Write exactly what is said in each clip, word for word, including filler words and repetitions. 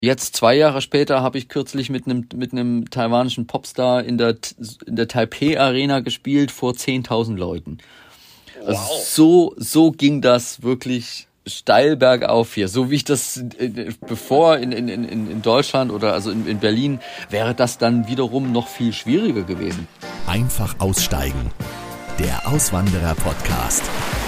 Jetzt zwei Jahre später habe ich kürzlich mit einem mit einem taiwanischen Popstar in der in der Taipei Arena gespielt vor zehntausend Leuten. Also wow. so so ging das wirklich steil bergauf hier. So wie ich das äh, bevor in in in in Deutschland oder also in, in Berlin wäre das dann wiederum noch viel schwieriger gewesen. Einfach aussteigen. Der Auswanderer-Podcast.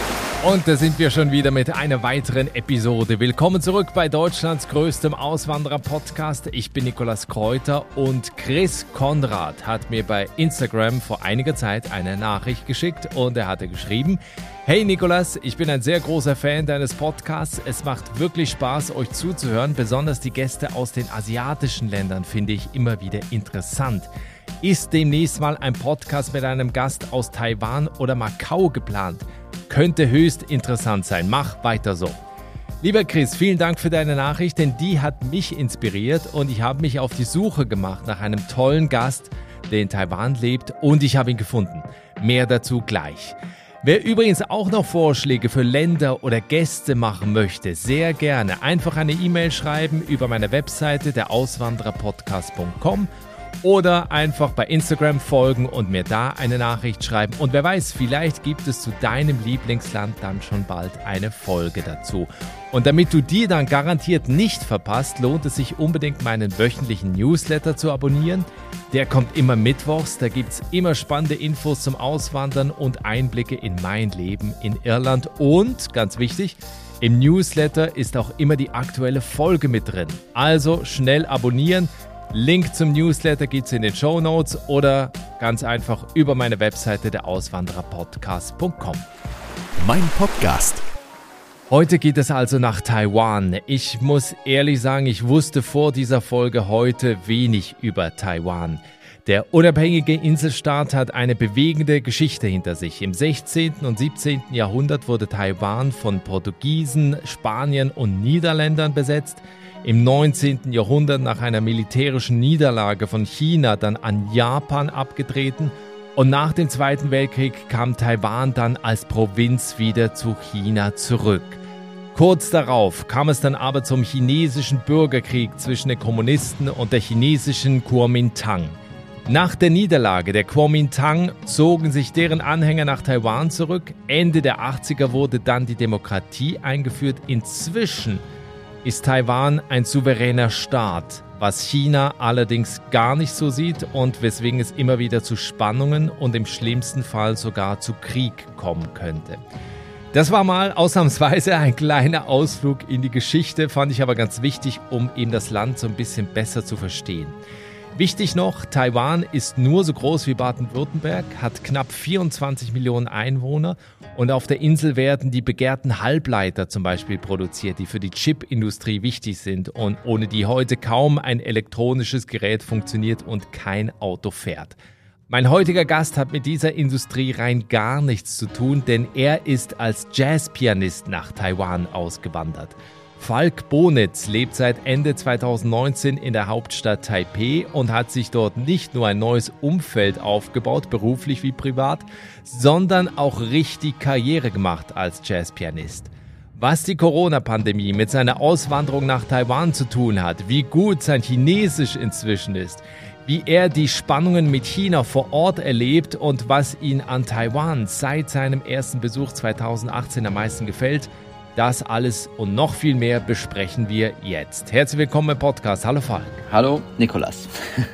Und da sind wir schon wieder mit einer weiteren Episode. Willkommen zurück bei Deutschlands größtem Auswanderer-Podcast. Ich bin Nikolaus Kräuter und Chris Konrad hat mir bei Instagram vor einiger Zeit eine Nachricht geschickt und er hatte geschrieben: Hey Nikolaus, ich bin ein sehr großer Fan deines Podcasts. Es macht wirklich Spaß, euch zuzuhören. Besonders die Gäste aus den asiatischen Ländern finde ich immer wieder interessant. Ist demnächst mal ein Podcast mit einem Gast aus Taiwan oder Macau geplant? Könnte höchst interessant sein. Mach weiter so. Lieber Chris, vielen Dank für deine Nachricht, denn die hat mich inspiriert und ich habe mich auf die Suche gemacht nach einem tollen Gast, der in Taiwan lebt, und ich habe ihn gefunden. Mehr dazu gleich. Wer übrigens auch noch Vorschläge für Länder oder Gäste machen möchte, sehr gerne einfach eine E-Mail schreiben über meine Webseite der auswandererpodcast punkt com oder einfach bei Instagram folgen und mir da eine Nachricht schreiben. Und wer weiß, vielleicht gibt es zu deinem Lieblingsland dann schon bald eine Folge dazu. Und damit du die dann garantiert nicht verpasst, lohnt es sich unbedingt, meinen wöchentlichen Newsletter zu abonnieren. Der kommt immer mittwochs, da gibt es immer spannende Infos zum Auswandern und Einblicke in mein Leben in Irland. Und, ganz wichtig, im Newsletter ist auch immer die aktuelle Folge mit drin. Also schnell abonnieren. Link zum Newsletter gibt es in den Shownotes oder ganz einfach über meine Webseite der auswandererpodcast punkt com. Mein Podcast. Heute geht es also nach Taiwan. Ich muss ehrlich sagen, ich wusste vor dieser Folge heute wenig über Taiwan. Der unabhängige Inselstaat hat eine bewegende Geschichte hinter sich. Im sechzehnten und siebzehnten Jahrhundert wurde Taiwan von Portugiesen, Spaniern und Niederländern besetzt. Im neunzehnten Jahrhundert nach einer militärischen Niederlage von China dann an Japan abgetreten und nach dem Zweiten Weltkrieg kam Taiwan dann als Provinz wieder zu China zurück. Kurz darauf kam es dann aber zum chinesischen Bürgerkrieg zwischen den Kommunisten und der chinesischen Kuomintang. Nach der Niederlage der Kuomintang zogen sich deren Anhänger nach Taiwan zurück. Ende der achtziger wurde dann die Demokratie eingeführt. Inzwischen ist Taiwan ein souveräner Staat, was China allerdings gar nicht so sieht und weswegen es immer wieder zu Spannungen und im schlimmsten Fall sogar zu Krieg kommen könnte. Das war mal ausnahmsweise ein kleiner Ausflug in die Geschichte, fand ich aber ganz wichtig, um eben das Land so ein bisschen besser zu verstehen. Wichtig noch, Taiwan ist nur so groß wie Baden-Württemberg, hat knapp vierundzwanzig Millionen Einwohner und auf der Insel werden die begehrten Halbleiter zum Beispiel produziert, die für die Chipindustrie wichtig sind und ohne die heute kaum ein elektronisches Gerät funktioniert und kein Auto fährt. Mein heutiger Gast hat mit dieser Industrie rein gar nichts zu tun, denn er ist als Jazzpianist nach Taiwan ausgewandert. Falk Bonitz lebt seit Ende zweitausendneunzehn in der Hauptstadt Taipei und hat sich dort nicht nur ein neues Umfeld aufgebaut, beruflich wie privat, sondern auch richtig Karriere gemacht als Jazzpianist. Was die Corona-Pandemie mit seiner Auswanderung nach Taiwan zu tun hat, wie gut sein Chinesisch inzwischen ist, wie er die Spannungen mit China vor Ort erlebt und was ihn an Taiwan seit seinem ersten Besuch zweitausendachtzehn am meisten gefällt, das alles und noch viel mehr besprechen wir jetzt. Herzlich willkommen im Podcast. Hallo Falk. Hallo Nikolaus.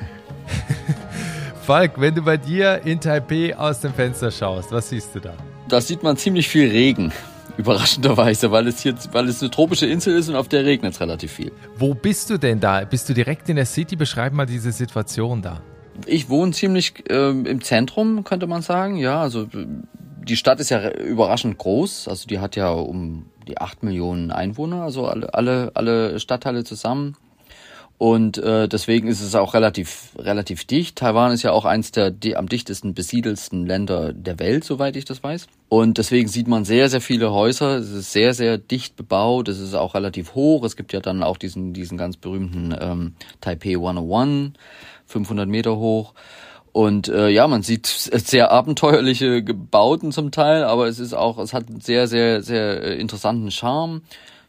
Falk, wenn du bei dir in Taipei aus dem Fenster schaust, was siehst du da? Da sieht man ziemlich viel Regen, überraschenderweise, weil es hier, weil es eine tropische Insel ist und auf der regnet es relativ viel. Wo bist du denn da? Bist du direkt in der City? Beschreib mal diese Situation da. Ich wohne ziemlich äh, im Zentrum, könnte man sagen. Ja, also die Stadt ist ja überraschend groß. Also die hat ja um die acht Millionen Einwohner, also alle, alle, alle Stadtteile zusammen. Und äh, deswegen ist es auch relativ, relativ dicht. Taiwan ist ja auch eins der die, am dichtesten besiedelsten Länder der Welt, soweit ich das weiß. Und deswegen sieht man sehr, sehr viele Häuser. Es ist sehr, sehr dicht bebaut. Es ist auch relativ hoch. Es gibt ja dann auch diesen, diesen ganz berühmten ähm, Taipei hunderteins, fünfhundert Meter hoch. Und äh, ja, man sieht sehr abenteuerliche Bauten zum Teil, aber es ist auch, es hat einen sehr, sehr, sehr interessanten Charme.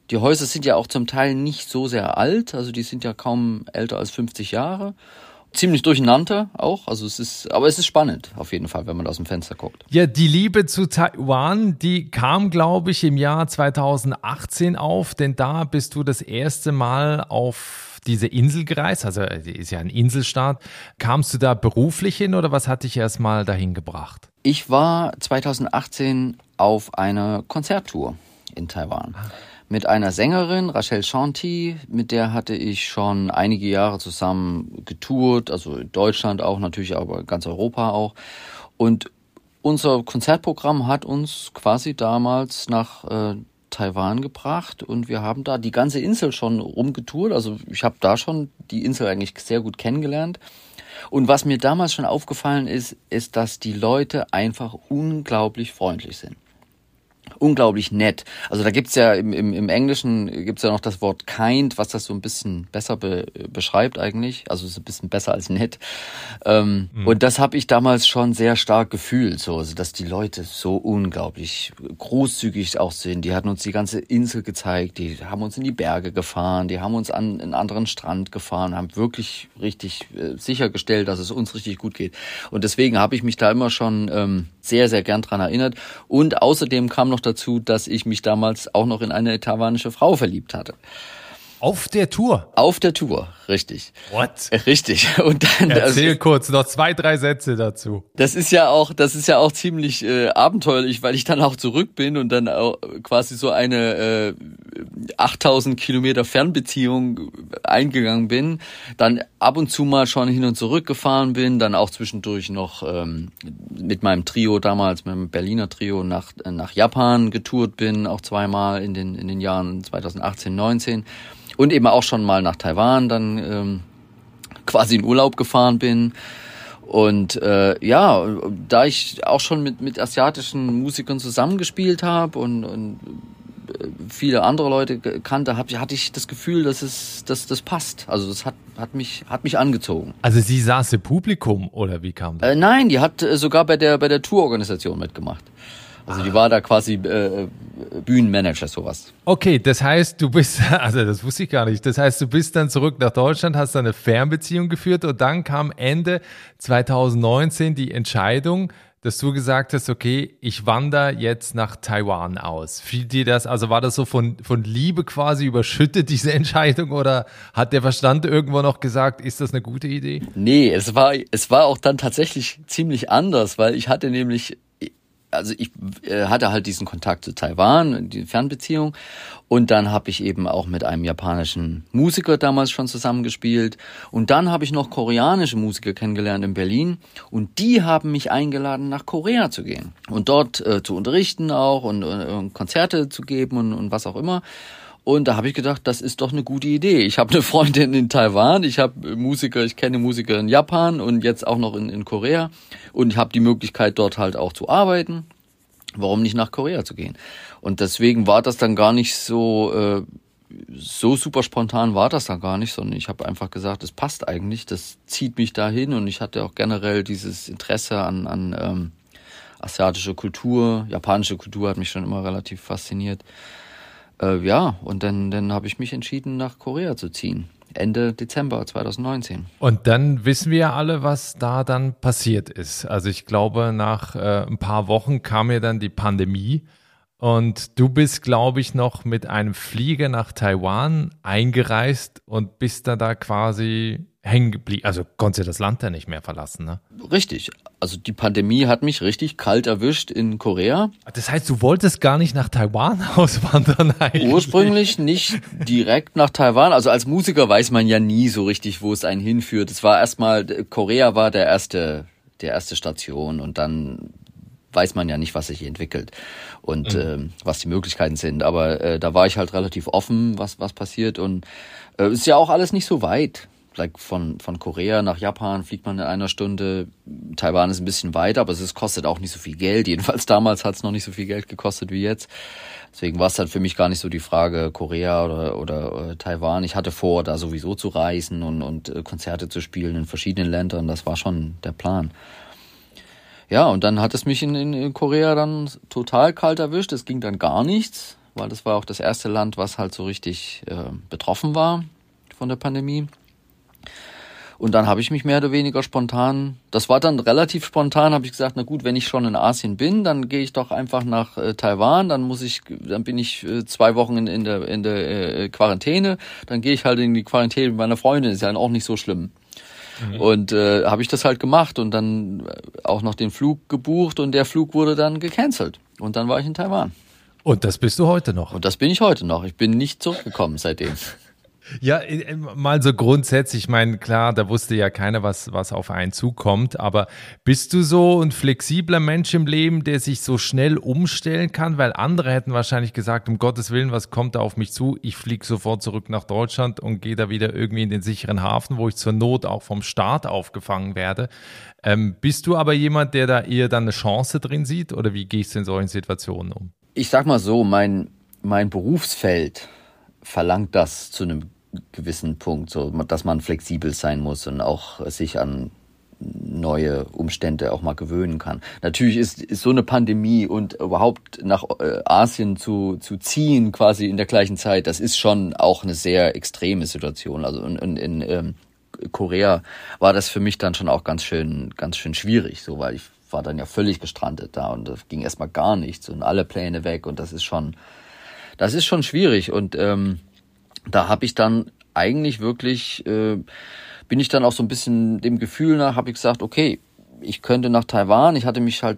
Die Häuser sind ja auch zum Teil nicht so sehr alt, also die sind ja kaum älter als fünfzig Jahre. Ziemlich durcheinander auch, also es ist, aber es ist spannend auf jeden Fall, wenn man aus dem Fenster guckt. Ja, die Liebe zu Taiwan, die kam, glaube ich, im Jahr zweitausendachtzehn auf, denn da bist du das erste Mal auf diese Insel gereist, also die ist ja ein Inselstaat. Kamst du da beruflich hin oder was hat dich erstmal dahin gebracht? Ich war zweitausendachtzehn auf einer Konzerttour in Taiwan. Mit einer Sängerin, Rachel Shanti, mit der hatte ich schon einige Jahre zusammen getourt, also in Deutschland auch natürlich, aber ganz Europa auch. Und unser Konzertprogramm hat uns quasi damals nach äh, Taiwan gebracht und wir haben da die ganze Insel schon rumgetourt. Also ich habe da schon die Insel eigentlich sehr gut kennengelernt. Und was mir damals schon aufgefallen ist, ist, dass die Leute einfach unglaublich freundlich sind. Unglaublich nett. Also da gibt's ja im, im, im Englischen gibt's ja noch das Wort kind, was das so ein bisschen besser be, beschreibt eigentlich. Also so ein bisschen besser als nett. Ähm, mhm. Und das habe ich damals schon sehr stark gefühlt, so, also dass die Leute so unglaublich großzügig auch sind. Die hatten uns die ganze Insel gezeigt, die haben uns in die Berge gefahren, die haben uns an einen anderen Strand gefahren, haben wirklich richtig äh, sichergestellt, dass es uns richtig gut geht. Und deswegen habe ich mich da immer schon ähm, sehr, sehr gern dran erinnert. Und außerdem kam noch dazu, dass ich mich damals auch noch in eine taiwanische Frau verliebt hatte. Auf der Tour? Auf der Tour, richtig. What? Richtig. Und dann, Erzähl also, kurz noch zwei, drei Sätze dazu. Das ist ja auch, das ist ja auch ziemlich äh, abenteuerlich, weil ich dann auch zurück bin und dann auch quasi so eine äh, achttausend Kilometer Fernbeziehung eingegangen bin. Dann ab und zu mal schon hin und zurück gefahren bin, dann auch zwischendurch noch ähm, mit meinem Trio damals, mit dem Berliner Trio nach nach Japan getourt bin, auch zweimal in den in den Jahren zweitausendachtzehn, neunzehn. Und eben auch schon mal nach Taiwan dann ähm, quasi in Urlaub gefahren bin. Und äh, ja, da ich auch schon mit mit asiatischen Musikern zusammengespielt habe und, und viele andere Leute kannte, hab, hatte ich das Gefühl, dass es, dass das passt. Also das hat hat mich hat mich angezogen. Also sie saß im Publikum oder wie kam das? Äh, nein, die hat äh, sogar bei der bei der Tourorganisation mitgemacht. Also die war da quasi äh, Bühnenmanager, sowas. Okay, das heißt, du bist, also das wusste ich gar nicht, das heißt, du bist dann zurück nach Deutschland, hast dann eine Fernbeziehung geführt und dann kam Ende zweitausendneunzehn die Entscheidung, dass du gesagt hast, okay, ich wandere jetzt nach Taiwan aus. Fiel dir das, also war das so von, von Liebe quasi überschüttet, diese Entscheidung, oder hat der Verstand irgendwo noch gesagt, ist das eine gute Idee? Nee, es war, es war auch dann tatsächlich ziemlich anders, weil ich hatte nämlich Also ich äh, hatte halt diesen Kontakt zu Taiwan, die Fernbeziehung, und dann habe ich eben auch mit einem japanischen Musiker damals schon zusammengespielt und dann habe ich noch koreanische Musiker kennengelernt in Berlin und die haben mich eingeladen, nach Korea zu gehen und dort äh, zu unterrichten auch und, und Konzerte zu geben und, und was auch immer. Und da habe ich gedacht, das ist doch eine gute Idee. Ich habe eine Freundin in Taiwan, ich habe Musiker, ich kenne Musiker in Japan und jetzt auch noch in, in Korea und ich habe die Möglichkeit, dort halt auch zu arbeiten. Warum nicht nach Korea zu gehen? Und deswegen war das dann gar nicht so äh, so super spontan war das dann gar nicht, sondern ich habe einfach gesagt, es passt eigentlich, das zieht mich dahin und ich hatte auch generell dieses Interesse an an ähm, asiatische Kultur, japanische Kultur hat mich schon immer relativ fasziniert. Äh, ja, und dann, dann habe ich mich entschieden, nach Korea zu ziehen. Ende Dezember zweitausendneunzehn. Und dann wissen wir ja alle, was da dann passiert ist. Also ich glaube, nach äh, ein paar Wochen kam ja dann die Pandemie und du bist, glaube ich, noch mit einem Flieger nach Taiwan eingereist und bist dann da quasi hängen geblieben. Also konntest du das Land ja nicht mehr verlassen, ne? Richtig. Also die Pandemie hat mich richtig kalt erwischt in Korea. Das heißt, du wolltest gar nicht nach Taiwan auswandern eigentlich? Ursprünglich nicht direkt nach Taiwan. Also als Musiker weiß man ja nie so richtig, wo es einen hinführt. Es war erstmal, Korea war der erste, der erste Station und dann weiß man ja nicht, was sich entwickelt und mhm. äh, was die Möglichkeiten sind. Aber äh, da war ich halt relativ offen, was was passiert und äh, ist ja auch alles nicht so weit. Like von von Korea nach Japan fliegt man in einer Stunde. Taiwan ist ein bisschen weiter, aber es ist, kostet auch nicht so viel Geld. Jedenfalls damals hat es noch nicht so viel Geld gekostet wie jetzt. Deswegen war es dann für mich gar nicht so die Frage Korea oder oder äh, Taiwan. Ich hatte vor, da sowieso zu reisen und und äh, Konzerte zu spielen in verschiedenen Ländern. Das war schon der Plan. Ja, und dann hat es mich in, in, in Korea dann total kalt erwischt. Es ging dann gar nichts weil das war auch das erste Land, was halt so richtig äh, betroffen war von der Pandemie. Und dann habe ich mich mehr oder weniger spontan, das war dann relativ spontan, habe ich gesagt, na gut, wenn ich schon in Asien bin, dann gehe ich doch einfach nach äh, Taiwan, dann muss ich, dann bin ich äh, zwei Wochen in, in der, in der äh, Quarantäne, dann gehe ich halt in die Quarantäne mit meiner Freundin, ist ja dann auch nicht so schlimm. Mhm. Und äh, habe ich das halt gemacht und dann auch noch den Flug gebucht und der Flug wurde dann gecancelt. Und dann war ich in Taiwan. Und das bist du heute noch? Und das bin ich heute noch. Ich bin nicht zurückgekommen seitdem. Ja, mal so grundsätzlich, ich meine, klar, da wusste ja keiner, was, was auf einen zukommt, aber bist du so ein flexibler Mensch im Leben, der sich so schnell umstellen kann? Weil andere hätten wahrscheinlich gesagt, um Gottes Willen, was kommt da auf mich zu? Ich fliege sofort zurück nach Deutschland und gehe da wieder irgendwie in den sicheren Hafen, wo ich zur Not auch vom Staat aufgefangen werde. Ähm, bist du aber jemand, der da eher dann eine Chance drin sieht oder wie gehst du in solchen Situationen um? Ich sag mal so, mein, mein Berufsfeld verlangt das zu einem gewissen Punkt, so dass man flexibel sein muss und auch sich an neue Umstände auch mal gewöhnen kann. Natürlich ist, ist so eine Pandemie und überhaupt nach Asien zu, zu ziehen quasi in der gleichen Zeit, das ist schon auch eine sehr extreme Situation. Also in, in, in ähm, Korea war das für mich dann schon auch ganz schön, ganz schön schwierig, so, weil ich war dann ja völlig gestrandet da und das ging erstmal gar nichts und alle Pläne weg und das ist schon, das ist schon schwierig und ähm, da habe ich dann eigentlich wirklich, äh, bin ich dann auch so ein bisschen dem Gefühl nach, habe ich gesagt, okay, ich könnte nach Taiwan. Ich hatte mich halt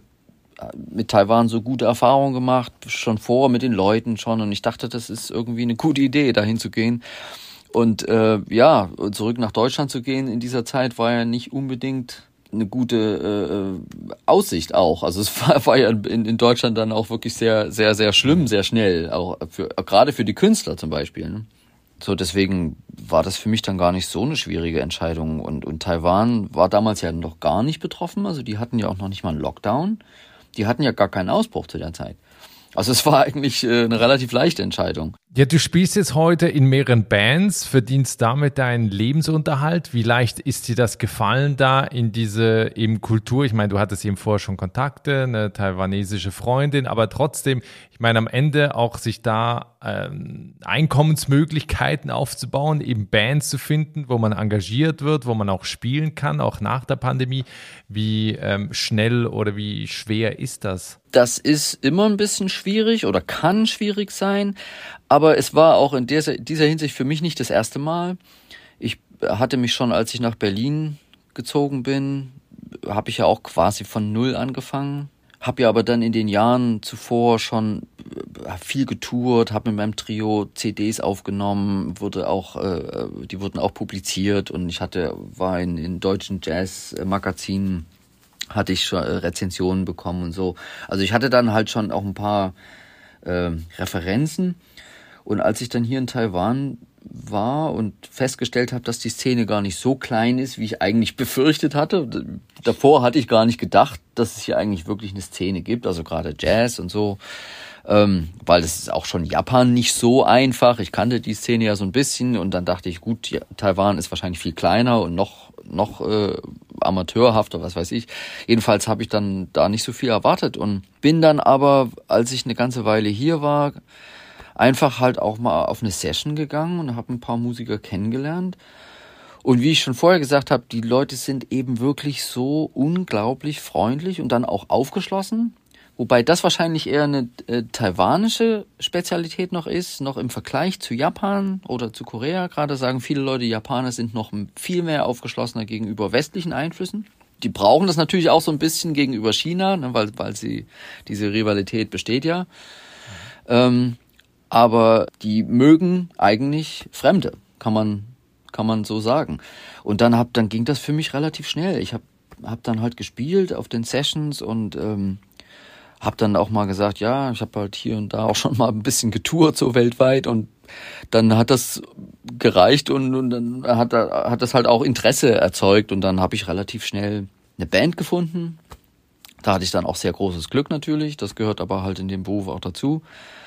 mit Taiwan so gute Erfahrungen gemacht, schon vor mit den Leuten schon. Und ich dachte, das ist irgendwie eine gute Idee, dahin zu gehen. Und äh, ja, zurück nach Deutschland zu gehen in dieser Zeit war ja nicht unbedingt eine gute äh, Aussicht auch. Also es war, war ja in, in Deutschland dann auch wirklich sehr, sehr, sehr schlimm, sehr schnell. Auch für, gerade für die Künstler zum Beispiel, ne? So, deswegen war das für mich dann gar nicht so eine schwierige Entscheidung. Und, und Taiwan war damals ja noch gar nicht betroffen. Also die hatten ja auch noch nicht mal einen Lockdown. Die hatten ja gar keinen Ausbruch zu der Zeit. Also es war eigentlich äh, eine relativ leichte Entscheidung. Ja, du spielst jetzt heute in mehreren Bands, verdienst damit deinen Lebensunterhalt. Wie leicht ist dir das gefallen da in diese eben Kultur? Ich meine, du hattest eben vorher schon Kontakte, eine taiwanesische Freundin, aber trotzdem, ich meine, am Ende auch sich da ähm, Einkommensmöglichkeiten aufzubauen, eben Bands zu finden, wo man engagiert wird, wo man auch spielen kann, auch nach der Pandemie. Wie ähm, schnell oder wie schwer ist das? Das ist immer ein bisschen schwierig oder kann schwierig sein, aber es war auch in dieser, dieser Hinsicht für mich nicht das erste Mal. Ich hatte mich schon, als ich nach Berlin gezogen bin, habe ich ja auch quasi von Null angefangen. Habe ja aber dann in den Jahren zuvor schon viel getourt, habe mit meinem Trio C Ds aufgenommen, wurde auch, äh, die wurden auch publiziert und ich hatte war in, in deutschen Jazz-Magazinen, hatte ich schon Rezensionen bekommen und so. Also ich hatte dann halt schon auch ein paar äh, Referenzen. Und als ich dann hier in Taiwan war und festgestellt habe, dass die Szene gar nicht so klein ist, wie ich eigentlich befürchtet hatte. Davor hatte ich gar nicht gedacht, dass es hier eigentlich wirklich eine Szene gibt, also gerade Jazz und so. Ähm, weil es ist auch schon Japan nicht so einfach. Ich kannte die Szene ja so ein bisschen und dann dachte ich, gut, ja, Taiwan ist wahrscheinlich viel kleiner und noch noch äh, amateurhafter, was weiß ich. Jedenfalls habe ich dann da nicht so viel erwartet und bin dann aber, als ich eine ganze Weile hier war, einfach halt auch mal auf eine Session gegangen und habe ein paar Musiker kennengelernt. Und wie ich schon vorher gesagt habe, die Leute sind eben wirklich so unglaublich freundlich und dann auch aufgeschlossen. Wobei das wahrscheinlich eher eine äh, taiwanische Spezialität noch ist, noch im Vergleich zu Japan oder zu Korea. Gerade sagen viele Leute, Japaner sind noch viel mehr aufgeschlossener gegenüber westlichen Einflüssen. Die brauchen das natürlich auch so ein bisschen gegenüber China, ne, weil, weil sie diese Rivalität besteht ja. Ähm, aber die mögen eigentlich Fremde, kann man kann man so sagen. Und dann hab dann ging das für mich relativ schnell. Ich habe hab dann halt gespielt auf den Sessions und ähm, hab dann auch mal gesagt, ja, ich habe halt hier und da auch schon mal ein bisschen getourt, so weltweit. Und dann hat das gereicht und, und dann hat, hat das halt auch Interesse erzeugt. Und dann habe ich relativ schnell eine Band gefunden. Da hatte ich dann auch sehr großes Glück natürlich. Das gehört aber halt in dem Beruf auch dazu.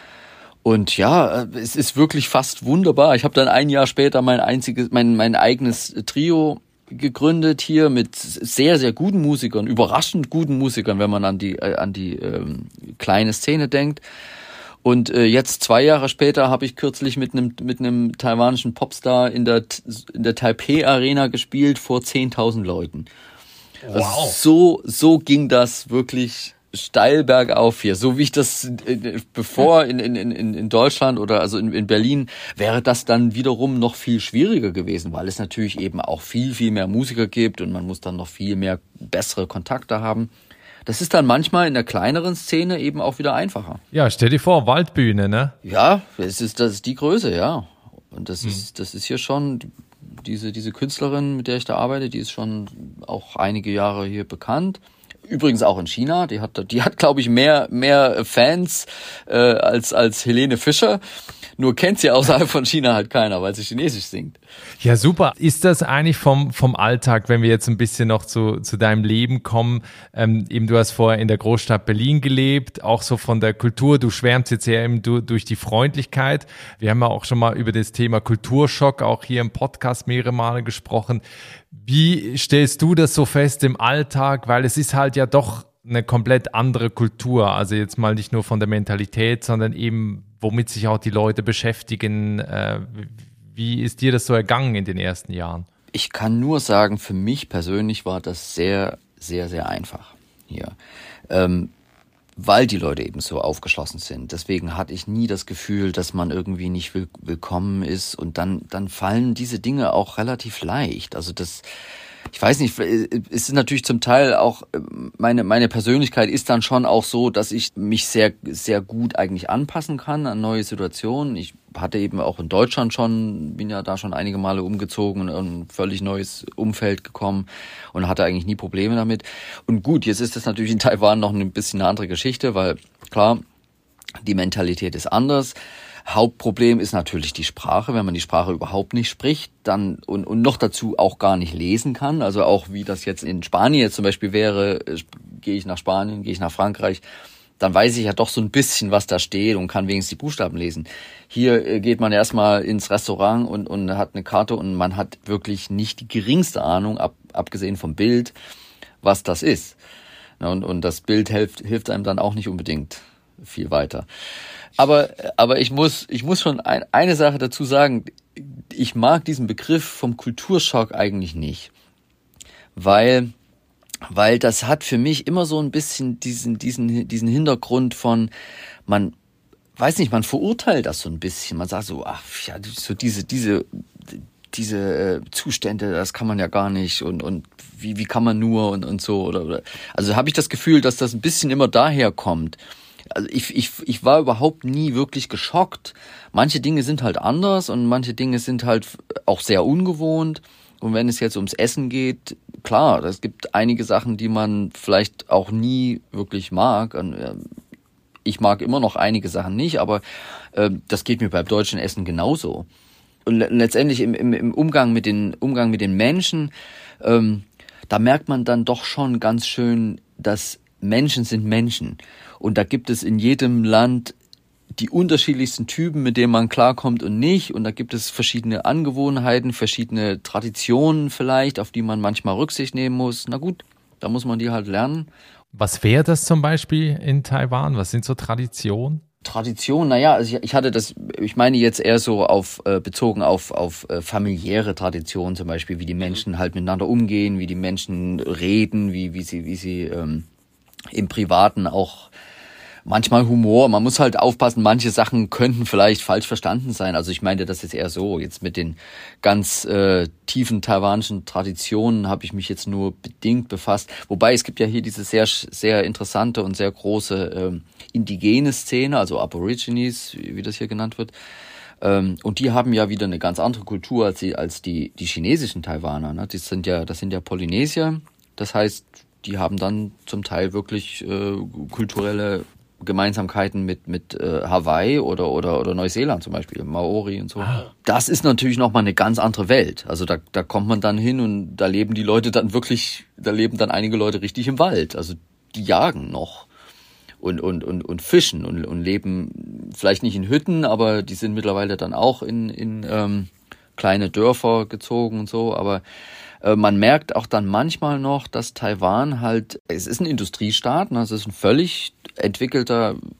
Und ja, es ist wirklich fast wunderbar. Ich habe dann ein Jahr später mein einziges, mein, mein eigenes Trio gegründet hier mit sehr, sehr guten Musikern, überraschend guten Musikern, wenn man an die, äh, an die ähm, kleine Szene denkt. Und äh, jetzt zwei Jahre später habe ich kürzlich mit einem mit einem taiwanischen Popstar in der in der Taipei Arena gespielt vor zehntausend Leuten. Wow. Also so so ging das wirklich steil bergauf hier. So wie ich das äh, bevor in in in in Deutschland oder also in in Berlin wäre das dann wiederum noch viel schwieriger gewesen, weil es natürlich eben auch viel viel mehr Musiker gibt und man muss dann noch viel mehr bessere Kontakte haben. Das ist dann manchmal in der kleineren Szene eben auch wieder einfacher. Ja, stell dir vor, Waldbühne, ne? Ja, das ist, das ist die Größe, ja. Und das hm. ist, das ist hier schon, diese, diese Künstlerin, mit der ich da arbeite, die ist schon auch einige Jahre hier bekannt. Übrigens auch in China. Die hat, die hat, glaube ich, mehr, mehr Fans, äh, als, als Helene Fischer. Nur kennt sie außerhalb von China halt keiner, weil sie Chinesisch singt. Ja, super. Ist das eigentlich vom vom Alltag, wenn wir jetzt ein bisschen noch zu zu deinem Leben kommen? Ähm, eben du hast vorher in der Großstadt Berlin gelebt, auch so von der Kultur. Du schwärmst jetzt ja eben du, durch die Freundlichkeit. Wir haben ja auch schon mal über das Thema Kulturschock auch hier im Podcast mehrere Male gesprochen. Wie stellst du das so fest im Alltag? Weil es ist halt ja doch eine komplett andere Kultur. Also jetzt mal nicht nur von der Mentalität, sondern eben womit sich auch die Leute beschäftigen. Wie ist dir das so ergangen in den ersten Jahren? Ich kann nur sagen, für mich persönlich war das sehr, sehr, sehr einfach hier, ähm, weil die Leute eben so aufgeschlossen sind. Deswegen hatte ich nie das Gefühl, dass man irgendwie nicht will, willkommen ist und dann, dann fallen diese Dinge auch relativ leicht. Also das, ich weiß nicht, es ist natürlich zum Teil auch, meine meine Persönlichkeit ist dann schon auch so, dass ich mich sehr sehr gut eigentlich anpassen kann an neue Situationen. Ich hatte eben auch in Deutschland schon, bin ja da schon einige Male umgezogen und ein völlig neues Umfeld gekommen und hatte eigentlich nie Probleme damit. Und gut, jetzt ist das natürlich in Taiwan noch ein bisschen eine andere Geschichte, weil klar, die Mentalität ist anders. Hauptproblem ist natürlich die Sprache. Wenn man die Sprache überhaupt nicht spricht, dann und, und noch dazu auch gar nicht lesen kann, also auch wie das jetzt in Spanien jetzt zum Beispiel wäre, gehe ich nach Spanien, gehe ich nach Frankreich, dann weiß ich ja doch so ein bisschen, was da steht und kann wenigstens die Buchstaben lesen. Hier geht man erstmal ins Restaurant und, und hat eine Karte und man hat wirklich nicht die geringste Ahnung, ab, abgesehen vom Bild, was das ist. Und, und das Bild hilft, hilft einem dann auch nicht unbedingt viel weiter. Aber, aber ich muss, ich muss schon ein, eine Sache dazu sagen. Ich mag diesen Begriff vom Kulturschock eigentlich nicht. Weil, weil das hat für mich immer so ein bisschen diesen, diesen, diesen Hintergrund von, man, weiß nicht, man verurteilt das so ein bisschen. Man sagt so, ach, ja, so diese, diese, diese Zustände, das kann man ja gar nicht und, und wie, wie kann man nur und, und so oder, oder. Also habe ich das Gefühl, dass das ein bisschen immer daher kommt. Also ich, ich, ich war überhaupt nie wirklich geschockt. Manche Dinge sind halt anders und manche Dinge sind halt auch sehr ungewohnt. Und wenn es jetzt ums Essen geht, klar, es gibt einige Sachen, die man vielleicht auch nie wirklich mag. Und ich mag immer noch einige Sachen nicht, aber äh, das geht mir beim deutschen Essen genauso. Und letztendlich im, im, im Umgang mit den Umgang mit den Menschen, ähm, da merkt man dann doch schon ganz schön, dass Menschen sind Menschen. Und da gibt es in jedem Land die unterschiedlichsten Typen, mit denen man klarkommt und nicht. Und da gibt es verschiedene Angewohnheiten, verschiedene Traditionen vielleicht, auf die man manchmal Rücksicht nehmen muss. Na gut, da muss man die halt lernen. Was wäre das zum Beispiel in Taiwan? Was sind so Traditionen? Tradition, naja, also ich, ich hatte das, ich meine jetzt eher so auf äh, bezogen auf auf äh, familiäre Traditionen, zum Beispiel, wie die Menschen halt miteinander umgehen, wie die Menschen reden, wie wie sie wie sie ähm, im Privaten auch manchmal Humor. Man muss halt aufpassen, manche Sachen könnten vielleicht falsch verstanden sein. Also ich meinte das jetzt eher so. Jetzt mit den ganz äh, tiefen taiwanischen Traditionen habe ich mich jetzt nur bedingt befasst. Wobei es gibt ja hier diese sehr sehr interessante und sehr große ähm, indigene Szene, also Aborigines, wie das hier genannt wird. Ähm, und die haben ja wieder eine ganz andere Kultur als die als die die chinesischen Taiwaner. Ne? Die sind ja das sind ja Polynesier. Das heißt, die haben dann zum Teil wirklich äh, kulturelle Gemeinsamkeiten mit mit äh, Hawaii oder oder oder Neuseeland zum Beispiel, Maori und so. Ah. Das ist natürlich nochmal eine ganz andere Welt. Also da da kommt man dann hin und da leben die Leute dann wirklich, da leben dann einige Leute richtig im Wald. Also die jagen noch und und und und fischen und und leben vielleicht nicht in Hütten, aber die sind mittlerweile dann auch in in ähm, kleine Dörfer gezogen und so. Aber äh, man merkt auch dann manchmal noch, dass Taiwan halt, es ist ein Industriestaat, ne? Es ist ein völlig entwickelter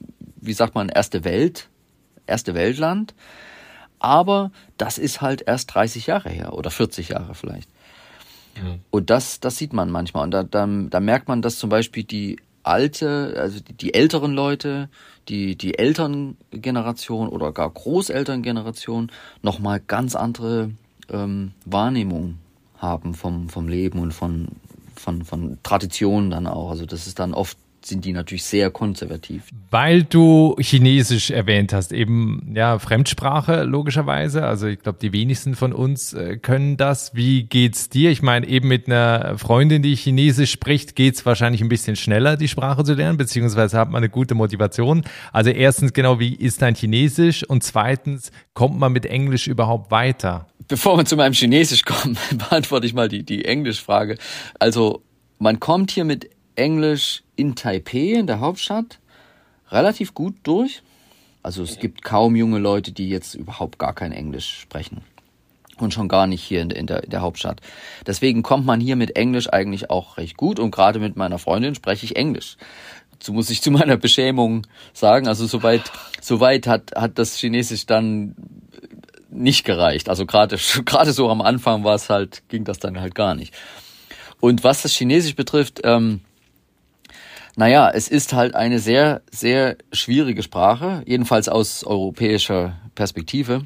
wie sagt man, erste Welt, erste Weltland. Aber das ist halt erst dreißig Jahre her oder vierzig Jahre vielleicht. Mhm. Und das, das sieht man manchmal. Und da, da, da merkt man, dass zum Beispiel die alte, also die, die älteren Leute, die, die Elterngeneration oder gar Großelterngeneration nochmal ganz andere ähm, Wahrnehmung haben vom, vom Leben und von, von, von Traditionen dann auch. Also das ist dann oft, sind die natürlich sehr konservativ. Weil du Chinesisch erwähnt hast, eben ja Fremdsprache logischerweise. Also ich glaube, die wenigsten von uns äh, können das. Wie geht's dir? Ich meine, eben mit einer Freundin, die Chinesisch spricht, geht's wahrscheinlich ein bisschen schneller, die Sprache zu lernen, beziehungsweise hat man eine gute Motivation. Also erstens genau, wie ist dein Chinesisch? Und zweitens, kommt man mit Englisch überhaupt weiter? Bevor wir zu meinem Chinesisch kommen, beantworte ich mal die, die Englischfrage. Also man kommt hier mit Englisch in Taipei, in der Hauptstadt, relativ gut durch. Also es gibt kaum junge Leute, die jetzt überhaupt gar kein Englisch sprechen. Und schon gar nicht hier in der, in der, in der Hauptstadt. Deswegen kommt man hier mit Englisch eigentlich auch recht gut. Und gerade mit meiner Freundin spreche ich Englisch. So muss ich zu meiner Beschämung sagen. Also soweit, soweit hat, hat das Chinesisch dann nicht gereicht. Also gerade, gerade so am Anfang war es halt, ging das dann halt gar nicht. Und was das Chinesisch betrifft, ähm, naja, es ist halt eine sehr, sehr schwierige Sprache, jedenfalls aus europäischer Perspektive,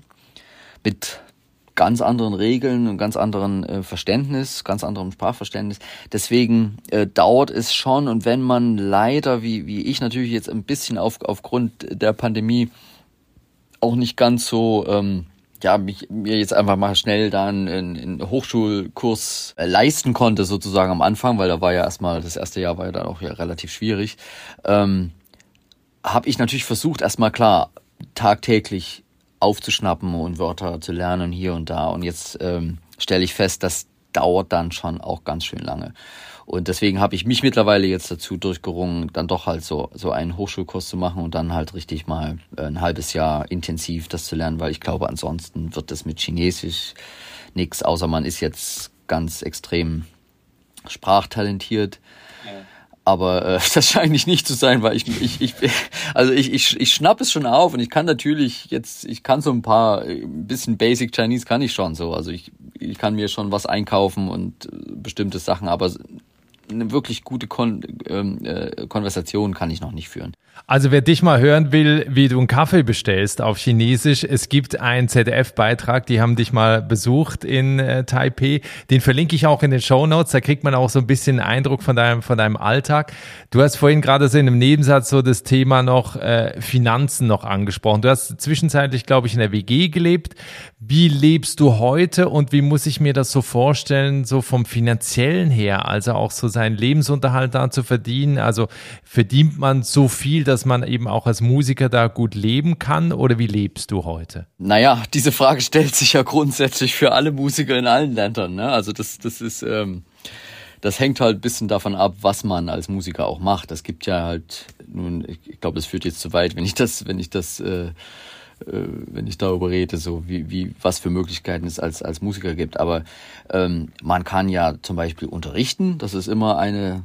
mit ganz anderen Regeln und ganz anderen äh, Verständnis, ganz anderem Sprachverständnis. Deswegen äh, dauert es schon, und wenn man leider, wie wie ich natürlich jetzt ein bisschen auf, aufgrund der Pandemie auch nicht ganz so ähm, ja, mich, mir jetzt einfach mal schnell da einen, einen Hochschulkurs leisten konnte, sozusagen am Anfang, weil da war ja erstmal, das erste Jahr war ja dann auch ja relativ schwierig, ähm, habe ich natürlich versucht, erstmal klar, tagtäglich aufzuschnappen und Wörter zu lernen hier und da. Und jetzt ähm, stelle ich fest, das dauert dann schon auch ganz schön lange. Und deswegen habe ich mich mittlerweile jetzt dazu durchgerungen, dann doch halt so so einen Hochschulkurs zu machen und dann halt richtig mal ein halbes Jahr intensiv das zu lernen, weil ich glaube, ansonsten wird das mit Chinesisch nichts, außer man ist jetzt ganz extrem sprachtalentiert. Ja. Aber äh, das scheint nicht nicht zu sein, weil ich ich ich also ich ich ich schnapp es schon auf, und ich kann natürlich jetzt ich kann so ein paar ein bisschen Basic Chinese kann ich schon so, also ich ich kann mir schon was einkaufen und äh, bestimmte Sachen, aber eine wirklich gute Kon- äh, Konversation kann ich noch nicht führen. Also wer dich mal hören will, wie du einen Kaffee bestellst auf Chinesisch, es gibt einen Z D F-Beitrag, die haben dich mal besucht in äh, Taipei. Den verlinke ich auch in den Shownotes, da kriegt man auch so ein bisschen einen Eindruck von deinem, von deinem Alltag. Du hast vorhin gerade so in einem Nebensatz so das Thema noch äh, Finanzen noch angesprochen. Du hast zwischenzeitlich, glaube ich, in der W G gelebt. Wie lebst du heute und wie muss ich mir das so vorstellen, so vom Finanziellen her, also auch so seinen Lebensunterhalt da zu verdienen? Also verdient man so viel, dass man eben auch als Musiker da gut leben kann, oder wie lebst du heute? Naja, diese Frage stellt sich ja grundsätzlich für alle Musiker in allen Ländern, ne? Also das, das ist, ähm, das hängt halt ein bisschen davon ab, was man als Musiker auch macht. Es gibt ja halt, nun, ich glaube, das führt jetzt zu weit, wenn ich das, wenn ich das, äh, äh, wenn ich darüber rede, so wie, wie, was für Möglichkeiten es als, als Musiker gibt. Aber ähm, man kann ja zum Beispiel unterrichten, das ist immer eine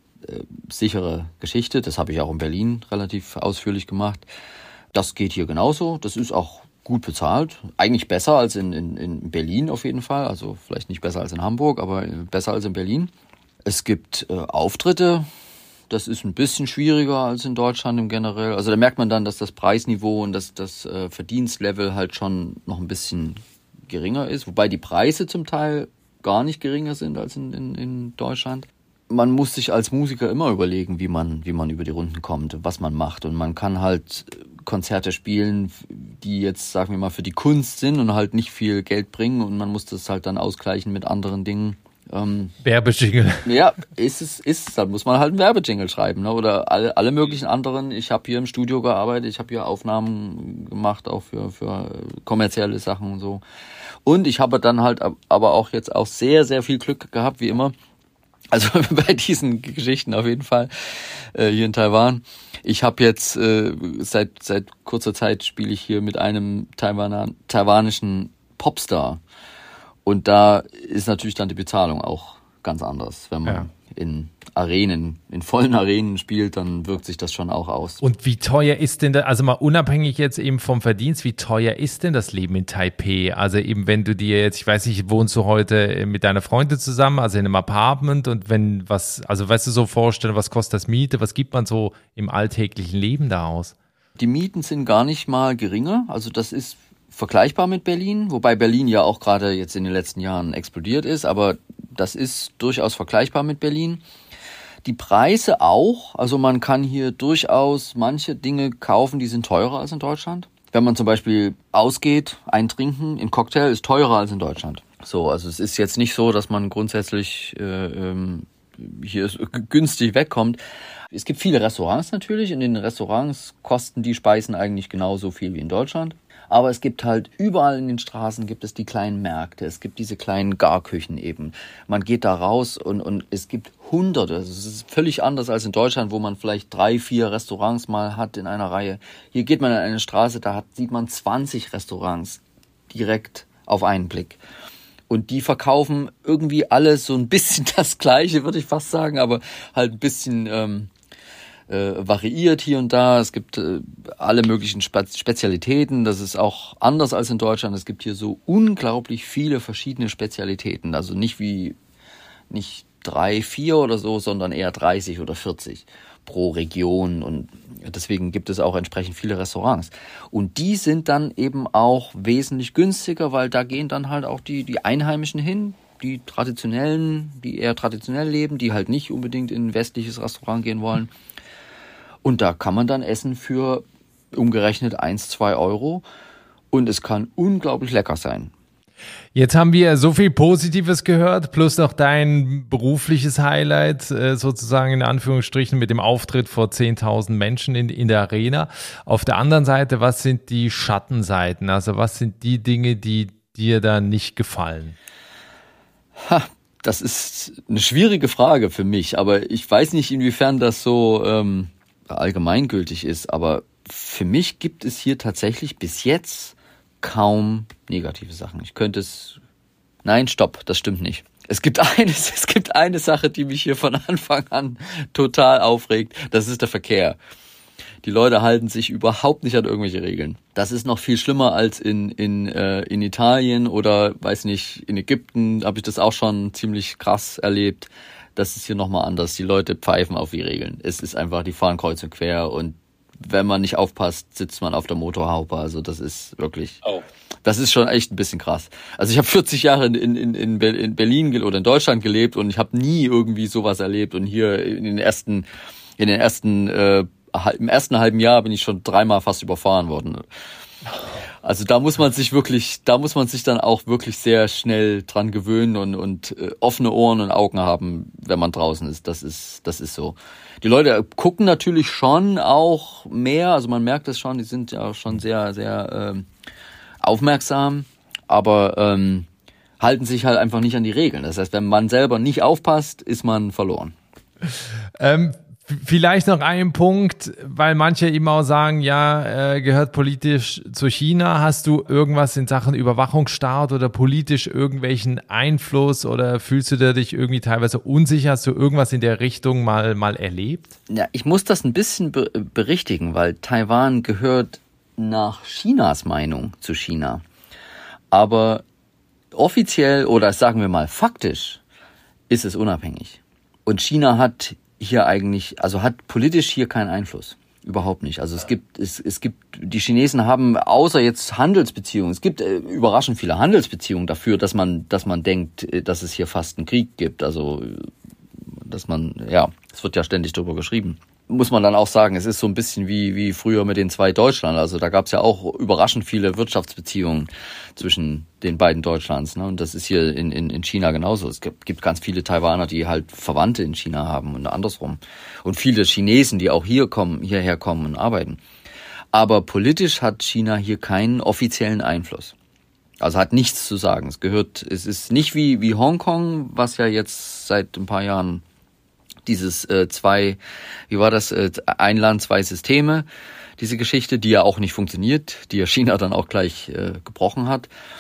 sichere Geschichte. Das habe ich auch in Berlin relativ ausführlich gemacht. Das geht hier genauso. Das ist auch gut bezahlt. Eigentlich besser als in, in, in Berlin auf jeden Fall. Also vielleicht nicht besser als in Hamburg, aber besser als in Berlin. Es gibt äh, Auftritte. Das ist ein bisschen schwieriger als in Deutschland im Generell. Also da merkt man dann, dass das Preisniveau und das, das äh, Verdienstlevel halt schon noch ein bisschen geringer ist. Wobei die Preise zum Teil gar nicht geringer sind als in, in, in Deutschland. Man muss sich als Musiker immer überlegen, wie man, wie man über die Runden kommt, was man macht. Und man kann halt Konzerte spielen, die jetzt, sagen wir mal, für die Kunst sind und halt nicht viel Geld bringen. Und man muss das halt dann ausgleichen mit anderen Dingen. Ähm, Werbejingle. Ja, ist es, ist es. Dann muss man halt einen Werbejingle schreiben, ne? Oder alle, alle möglichen anderen. Ich habe hier im Studio gearbeitet, ich habe hier Aufnahmen gemacht, auch für, für kommerzielle Sachen und so. Und ich habe dann halt aber auch jetzt auch sehr, sehr viel Glück gehabt, wie immer. Also bei diesen Geschichten auf jeden Fall äh, hier in Taiwan. Ich habe jetzt äh, seit seit kurzer Zeit spiele ich hier mit einem Taiwaner, taiwanischen Popstar. Und da ist natürlich dann die Bezahlung auch ganz anders. Wenn man ja. in Arenen, in vollen Arenen spielt, dann wirkt sich das schon auch aus. Und wie teuer ist denn, da, also mal unabhängig jetzt eben vom Verdienst, wie teuer ist denn das Leben in Taipei? Also eben, wenn du dir jetzt, ich weiß nicht, wohnst du heute mit deiner Freundin zusammen, also in einem Apartment, und wenn was, also weißt du, so vorstellen, was kostet das Miete, was gibt man so im alltäglichen Leben da aus? Die Mieten sind gar nicht mal geringer, also das ist vergleichbar mit Berlin, wobei Berlin ja auch gerade jetzt in den letzten Jahren explodiert ist, aber das ist durchaus vergleichbar mit Berlin. Die Preise auch, also man kann hier durchaus manche Dinge kaufen, die sind teurer als in Deutschland. Wenn man zum Beispiel ausgeht, ein Trinken in Cocktail ist teurer als in Deutschland. So, also es ist jetzt nicht so, dass man grundsätzlich äh, ähm, hier günstig wegkommt. Es gibt viele Restaurants natürlich. In den Restaurants kosten die Speisen eigentlich genauso viel wie in Deutschland. Aber es gibt halt überall in den Straßen gibt es die kleinen Märkte, es gibt diese kleinen Garküchen eben. Man geht da raus und, und es gibt Hunderte. Also es ist völlig anders als in Deutschland, wo man vielleicht drei, vier Restaurants mal hat in einer Reihe. Hier geht man in eine Straße, da hat, sieht man zwanzig Restaurants direkt auf einen Blick. Und die verkaufen irgendwie alles so ein bisschen das Gleiche, würde ich fast sagen, aber halt ein bisschen ähm, äh, variiert hier und da. Es gibt äh, alle möglichen Spe- Spezialitäten. Das ist auch anders als in Deutschland. Es gibt hier so unglaublich viele verschiedene Spezialitäten. Also nicht wie nicht drei, vier oder so, sondern eher dreißig oder vierzig pro Region. Und deswegen gibt es auch entsprechend viele Restaurants. Und die sind dann eben auch wesentlich günstiger, weil da gehen dann halt auch die, die Einheimischen hin, die traditionellen, die eher traditionell leben, die halt nicht unbedingt in ein westliches Restaurant gehen wollen. Und da kann man dann essen für umgerechnet eins, zwei Euro. Und es kann unglaublich lecker sein. Jetzt haben wir so viel Positives gehört, plus noch dein berufliches Highlight, äh, sozusagen in Anführungsstrichen mit dem Auftritt vor zehntausend Menschen in, in der Arena. Auf der anderen Seite, was sind die Schattenseiten? Also was sind die Dinge, die dir da nicht gefallen? Ha, das ist eine schwierige Frage für mich, aber ich weiß nicht, inwiefern das so ähm, allgemeingültig ist, aber für mich gibt es hier tatsächlich bis jetzt kaum negative Sachen. Ich könnte es... Nein, stopp, das stimmt nicht. Es gibt eines, es gibt eine Sache, die mich hier von Anfang an total aufregt. Das ist der Verkehr. Die Leute halten sich überhaupt nicht an irgendwelche Regeln. Das ist noch viel schlimmer als in in äh, in Italien oder, weiß nicht, in Ägypten habe ich das auch schon ziemlich krass erlebt. Das ist hier nochmal anders. Die Leute pfeifen auf die Regeln. Es ist einfach, die fahren kreuz und quer und wenn man nicht aufpasst, sitzt man auf der Motorhaube. Also das ist wirklich, oh. Das ist schon echt ein bisschen krass. Also ich habe vierzig Jahre in, in, in Berlin oder in Deutschland gelebt und ich habe nie irgendwie sowas erlebt. Und hier in den ersten, in den ersten, äh, im ersten halben Jahr bin ich schon dreimal fast überfahren worden. Also da muss man sich wirklich, da muss man sich dann auch wirklich sehr schnell dran gewöhnen und, und äh, offene Ohren und Augen haben, wenn man draußen ist. Das ist, das ist so. Die Leute gucken natürlich schon auch mehr, also man merkt es schon, die sind ja schon sehr, sehr ähm, aufmerksam, aber ähm, halten sich halt einfach nicht an die Regeln. Das heißt, wenn man selber nicht aufpasst, ist man verloren. Ähm, vielleicht noch ein Punkt, weil manche immer auch sagen, ja, äh, gehört politisch zu China. Hast du irgendwas in Sachen Überwachungsstaat oder politisch irgendwelchen Einfluss oder fühlst du dich irgendwie teilweise unsicher? Hast du irgendwas in der Richtung mal, mal erlebt? Ja, ich muss das ein bisschen be- berichtigen, weil Taiwan gehört nach Chinas Meinung zu China. Aber offiziell oder sagen wir mal faktisch ist es unabhängig. Und China hat hier eigentlich, also hat politisch hier keinen Einfluss. Überhaupt nicht. Also es gibt, es, es gibt, die Chinesen haben außer jetzt Handelsbeziehungen, es gibt äh, überraschend viele Handelsbeziehungen dafür, dass man, dass man denkt, dass es hier fast einen Krieg gibt. Also, dass man, ja, es wird ja ständig darüber geschrieben. Muss man dann auch sagen, es ist so ein bisschen wie wie früher mit den zwei Deutschland. Also da gab es ja auch überraschend viele Wirtschaftsbeziehungen zwischen den beiden Deutschlands. Ne? Und das ist hier in, in, in China genauso. Es gibt, gibt ganz viele Taiwaner, die halt Verwandte in China haben und andersrum. Und viele Chinesen, die auch hier kommen, hierher kommen und arbeiten. Aber politisch hat China hier keinen offiziellen Einfluss. Also hat nichts zu sagen. Es gehört, es ist nicht wie wie Hongkong, was ja jetzt seit ein paar Jahren dieses äh, zwei, wie war das, äh, ein Land, zwei Systeme, diese Geschichte, die ja auch nicht funktioniert, die ja China dann auch gleich äh, gebrochen hat.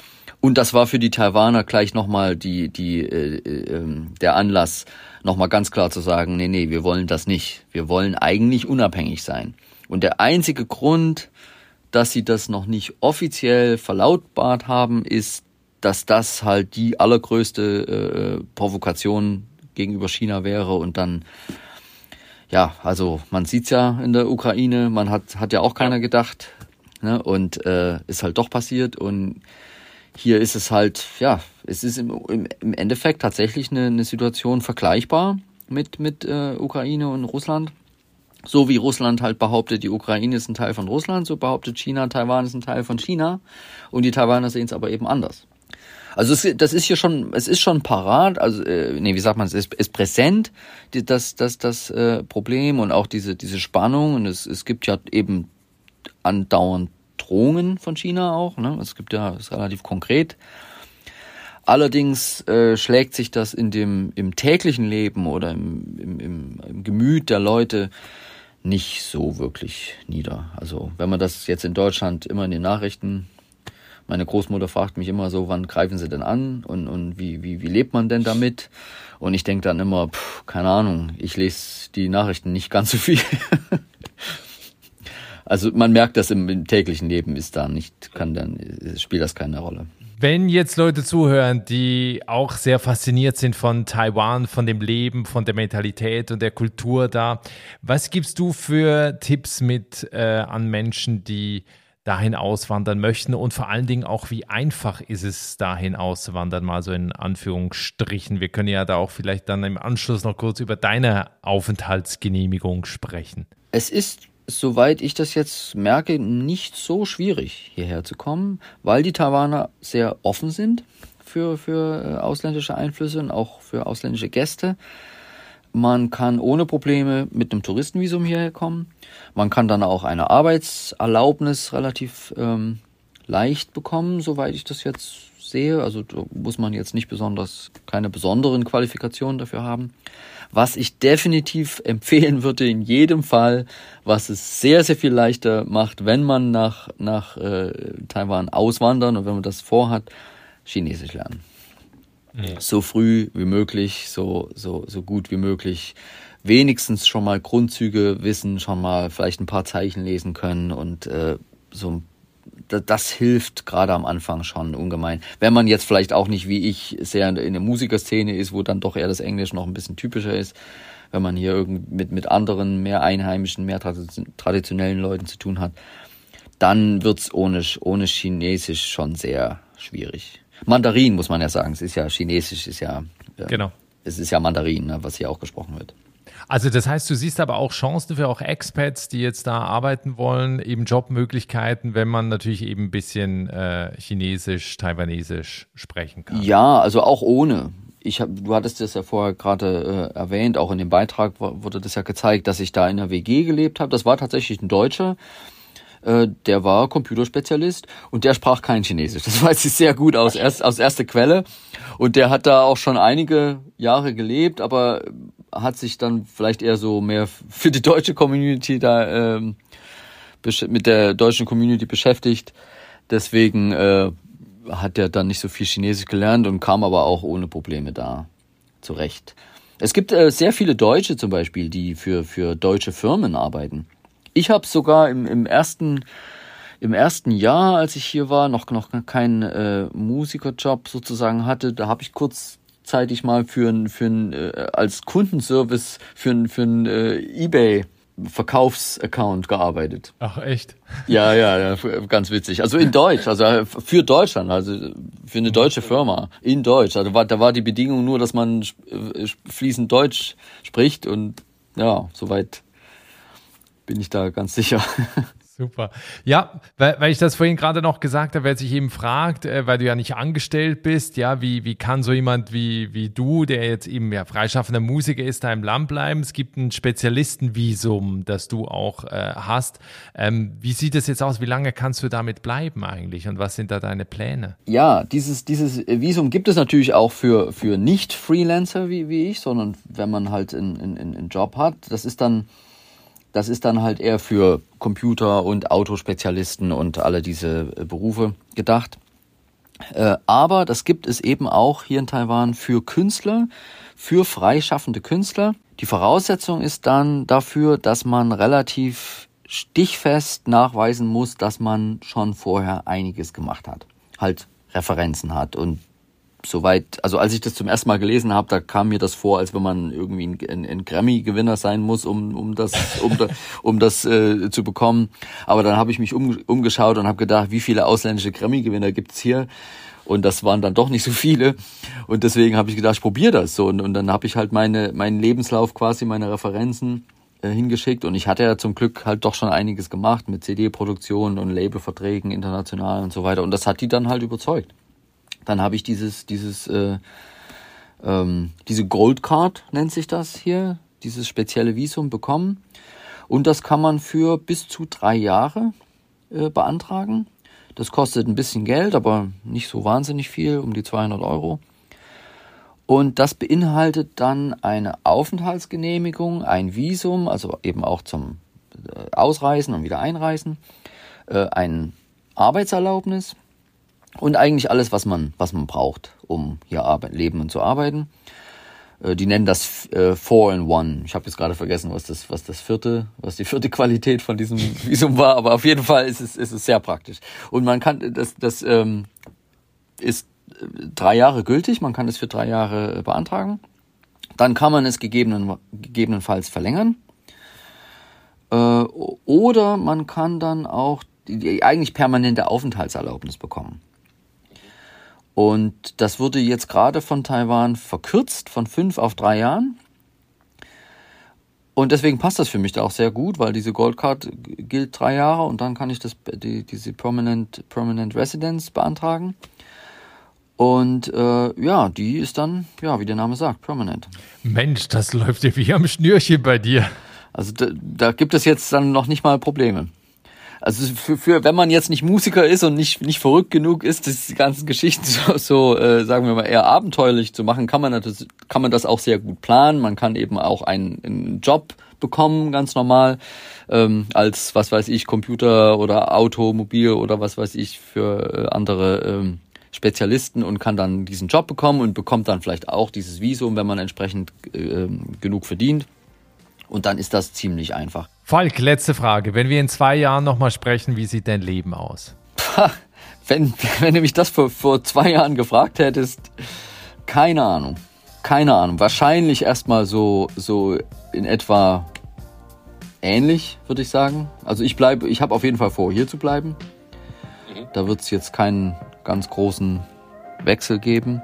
Und das war für die Taiwaner gleich nochmal die, die, äh, äh, der Anlass, nochmal ganz klar zu sagen, nee, nee, wir wollen das nicht. Wir wollen eigentlich unabhängig sein. Und der einzige Grund, dass sie das noch nicht offiziell verlautbart haben, ist, dass das halt die allergrößte äh, Provokation gegenüber China wäre. Und dann, ja, also man sieht's ja in der Ukraine, man hat hat ja auch keiner gedacht, ne? Und äh, ist halt doch passiert. Und hier ist es halt, ja, es ist im, im, im Endeffekt tatsächlich eine, eine Situation vergleichbar mit mit äh, Ukraine und Russland. So wie Russland halt behauptet, die Ukraine ist ein Teil von Russland, so behauptet China, Taiwan ist ein Teil von China. Und die Taiwaner sehen es aber eben anders. Also es, das ist hier schon, es ist schon parat, also äh, nee, wie sagt man, es ist, ist präsent, die, das das das äh, Problem und auch diese diese Spannung. Und es es gibt ja eben andauernd Drohungen von China auch, ne? Es gibt ja, ist relativ konkret. Allerdings äh, schlägt sich das in dem im täglichen Leben oder im, im, im, im Gemüt der Leute nicht so wirklich nieder. Also wenn man das jetzt in Deutschland immer in den Nachrichten, meine Großmutter fragt mich immer so, wann greifen sie denn an und, und wie, wie, wie lebt man denn damit? Und ich denke dann immer, pff, keine Ahnung, ich lese die Nachrichten nicht ganz so viel. Also man merkt das im, im täglichen Leben ist da nicht, kann dann, spielt das keine Rolle. Wenn jetzt Leute zuhören, die auch sehr fasziniert sind von Taiwan, von dem Leben, von der Mentalität und der Kultur da, was gibst du für Tipps mit äh, an Menschen, die dahin auswandern möchten und vor allen Dingen auch, wie einfach ist es, dahin auszuwandern, mal so in Anführungsstrichen. Wir können ja da auch vielleicht dann im Anschluss noch kurz über deine Aufenthaltsgenehmigung sprechen. Es ist, soweit ich das jetzt merke, nicht so schwierig, hierher zu kommen, weil die Taiwaner sehr offen sind für, für ausländische Einflüsse und auch für ausländische Gäste. Man kann ohne Probleme mit einem Touristenvisum hierher kommen. Man kann dann auch eine Arbeitserlaubnis relativ ähm, leicht bekommen, soweit ich das jetzt sehe. Also da muss man jetzt nicht besonders, keine besonderen Qualifikationen dafür haben. Was ich definitiv empfehlen würde in jedem Fall, was es sehr, sehr viel leichter macht, wenn man nach, nach äh, Taiwan auswandern und wenn man das vorhat, Chinesisch lernen. Ja. So früh wie möglich, so, so, so gut wie möglich. Wenigstens schon mal Grundzüge wissen, schon mal vielleicht ein paar Zeichen lesen können und äh, so das, das hilft gerade am Anfang schon ungemein. Wenn man jetzt vielleicht auch nicht wie ich sehr in der Musikerszene ist, wo dann doch eher das Englisch noch ein bisschen typischer ist, wenn man hier irgend mit mit anderen, mehr einheimischen, mehr traditionellen Leuten zu tun hat, dann wird's ohne ohne Chinesisch schon sehr schwierig. Mandarin muss man ja sagen, es ist ja Chinesisch, ist ja äh, genau. Es ist ja Mandarin, ne, was hier auch gesprochen wird. Also das heißt, du siehst aber auch Chancen für auch Expats, die jetzt da arbeiten wollen, eben Jobmöglichkeiten, wenn man natürlich eben ein bisschen äh, Chinesisch, Taiwanesisch sprechen kann. Ja, also auch ohne. Ich hab, du hattest das ja vorher gerade äh, erwähnt, auch in dem Beitrag wurde das ja gezeigt, dass ich da in einer W G gelebt habe. Das war tatsächlich ein Deutscher, äh, der war Computerspezialist und der sprach kein Chinesisch. Das weiß ich sehr gut aus, erst, aus erster Quelle. Und der hat da auch schon einige Jahre gelebt, aber hat sich dann vielleicht eher so mehr für die deutsche Community da ähm, mit der deutschen Community beschäftigt. Deswegen äh, hat er dann nicht so viel Chinesisch gelernt und kam aber auch ohne Probleme da zurecht. Es gibt äh, sehr viele Deutsche zum Beispiel, die für für deutsche Firmen arbeiten. Ich habe sogar im im ersten im ersten Jahr, als ich hier war, noch noch keinen äh, Musikerjob sozusagen hatte. Da habe ich kurz zeitig mal für ein, für ein, äh, als Kundenservice für ein, für ein äh, eBay-Verkaufsaccount gearbeitet. Ach, echt? Ja, ja, ja, ganz witzig. Also in Deutsch, also für Deutschland, also für eine deutsche Firma, in Deutsch. Also war, da war die Bedingung nur, dass man äh, fließend Deutsch spricht und ja, soweit bin ich da ganz sicher. Super. Ja, weil, weil ich das vorhin gerade noch gesagt habe, wer sich eben fragt, äh, weil du ja nicht angestellt bist, ja, wie, wie kann so jemand wie, wie du, der jetzt eben ja freischaffender Musiker ist, da im Land bleiben? Es gibt ein Spezialistenvisum, das du auch äh, hast. Ähm, wie sieht es jetzt aus? Wie lange kannst du damit bleiben eigentlich? Und was sind da deine Pläne? Ja, dieses, dieses Visum gibt es natürlich auch für, für Nicht-Freelancer wie, wie ich, sondern wenn man halt einen, einen, einen Job hat. Das ist dann Das ist dann halt eher für Computer- und Autospezialisten und alle diese Berufe gedacht. Äh, aber das gibt es eben auch hier in Taiwan für Künstler, für freischaffende Künstler. Die Voraussetzung ist dann dafür, dass man relativ stichfest nachweisen muss, dass man schon vorher einiges gemacht hat. Halt Referenzen hat und soweit, also als ich das zum ersten Mal gelesen habe, da kam mir das vor, als wenn man irgendwie ein, ein, ein Grammy-Gewinner sein muss, um um das um, da, um das äh, zu bekommen. Aber dann habe ich mich um, umgeschaut und habe gedacht, wie viele ausländische Grammy-Gewinner gibt's hier? Und das waren dann doch nicht so viele. Und deswegen habe ich gedacht, ich probiere das so. Und, und dann habe ich halt meine meinen Lebenslauf, quasi meine Referenzen äh, hingeschickt. Und ich hatte ja zum Glück halt doch schon einiges gemacht mit C D-Produktion und Labelverträgen international und so weiter. Und das hat die dann halt überzeugt. Dann habe ich dieses, dieses, äh, ähm, diese Gold Card nennt sich das hier, dieses spezielle Visum bekommen. Und das kann man für bis zu drei Jahre äh, beantragen. Das kostet ein bisschen Geld, aber nicht so wahnsinnig viel, um die zweihundert Euro. Und das beinhaltet dann eine Aufenthaltsgenehmigung, ein Visum, also eben auch zum Ausreisen und wieder Einreisen, äh, ein Arbeitserlaubnis. Und eigentlich alles, was man, was man braucht, um hier arbeit, leben und zu arbeiten. Äh, die nennen das äh, Four in One. Ich habe jetzt gerade vergessen, was das, was das vierte, was die vierte Qualität von diesem Visum war. Aber auf jeden Fall ist es, ist es sehr praktisch. Und man kann, das, das ähm, ist drei Jahre gültig. Man kann es für drei Jahre beantragen. Dann kann man es gegebenen, gegebenenfalls verlängern. Äh, oder man kann dann auch die, die eigentlich permanente Aufenthaltserlaubnis bekommen. Und das wurde jetzt gerade von Taiwan verkürzt, von fünf auf drei Jahren. Und deswegen passt das für mich da auch sehr gut, weil diese Gold Card gilt drei Jahre und dann kann ich das, die, diese Permanent, Permanent Residence beantragen. Und äh, ja, die ist dann, ja, wie der Name sagt, permanent. Mensch, das läuft ja wie am Schnürchen bei dir. Also da, da gibt es jetzt dann noch nicht mal Probleme. Also für, für wenn man jetzt nicht Musiker ist und nicht nicht verrückt genug ist, die ganzen Geschichten so, so äh, sagen wir mal eher abenteuerlich zu machen, kann man das kann man das auch sehr gut planen. Man kann eben auch einen, einen Job bekommen, ganz normal, ähm, als was weiß ich Computer oder Automobil oder was weiß ich für äh, andere ähm, Spezialisten und kann dann diesen Job bekommen und bekommt dann vielleicht auch dieses Visum, wenn man entsprechend äh, genug verdient. Und dann ist das ziemlich einfach. Falk, letzte Frage. Wenn wir in zwei Jahren nochmal sprechen, wie sieht dein Leben aus? Wenn, wenn du mich das vor, vor zwei Jahren gefragt hättest, keine Ahnung. Keine Ahnung. Wahrscheinlich erstmal so, so in etwa ähnlich, würde ich sagen. Also ich bleibe, ich habe auf jeden Fall vor, hier zu bleiben. Da wird es jetzt keinen ganz großen Wechsel geben.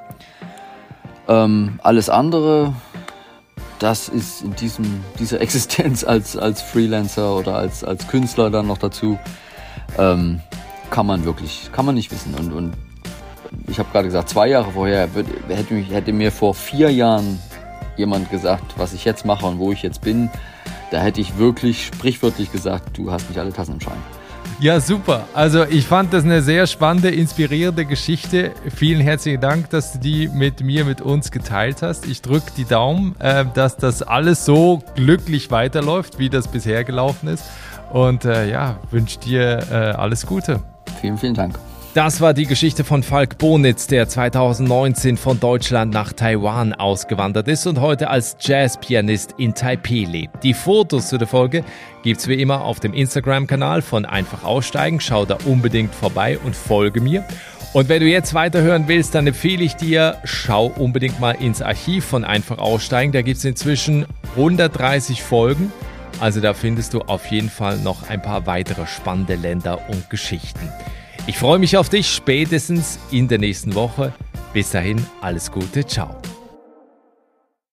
Ähm, alles andere, das ist in diesem, dieser Existenz als, als Freelancer oder als, als Künstler dann noch dazu, ähm, kann man wirklich, kann man nicht wissen. Und, und ich habe gerade gesagt, zwei Jahre vorher wird, hätte, mich, hätte mir vor vier Jahren jemand gesagt, was ich jetzt mache und wo ich jetzt bin, da hätte ich wirklich sprichwörtlich gesagt, du hast nicht alle Tassen im Schein. Ja, super. Also ich fand das eine sehr spannende, inspirierende Geschichte. Vielen herzlichen Dank, dass du die mit mir, mit uns geteilt hast. Ich drücke die Daumen, äh, dass das alles so glücklich weiterläuft, wie das bisher gelaufen ist. Und äh, ja, wünsche dir äh, alles Gute. Vielen, vielen Dank. Das war die Geschichte von Falk Bonitz, der zwanzig neunzehn von Deutschland nach Taiwan ausgewandert ist und heute als Jazzpianist in Taipei lebt. Die Fotos zu der Folge gibt's wie immer auf dem Instagram-Kanal von Einfach Aussteigen. Schau da unbedingt vorbei und folge mir. Und wenn du jetzt weiterhören willst, dann empfehle ich dir, schau unbedingt mal ins Archiv von Einfach Aussteigen. Da gibt's inzwischen hundertdreißig Folgen. Also da findest du auf jeden Fall noch ein paar weitere spannende Länder und Geschichten. Ich freue mich auf dich spätestens in der nächsten Woche. Bis dahin, alles Gute, ciao.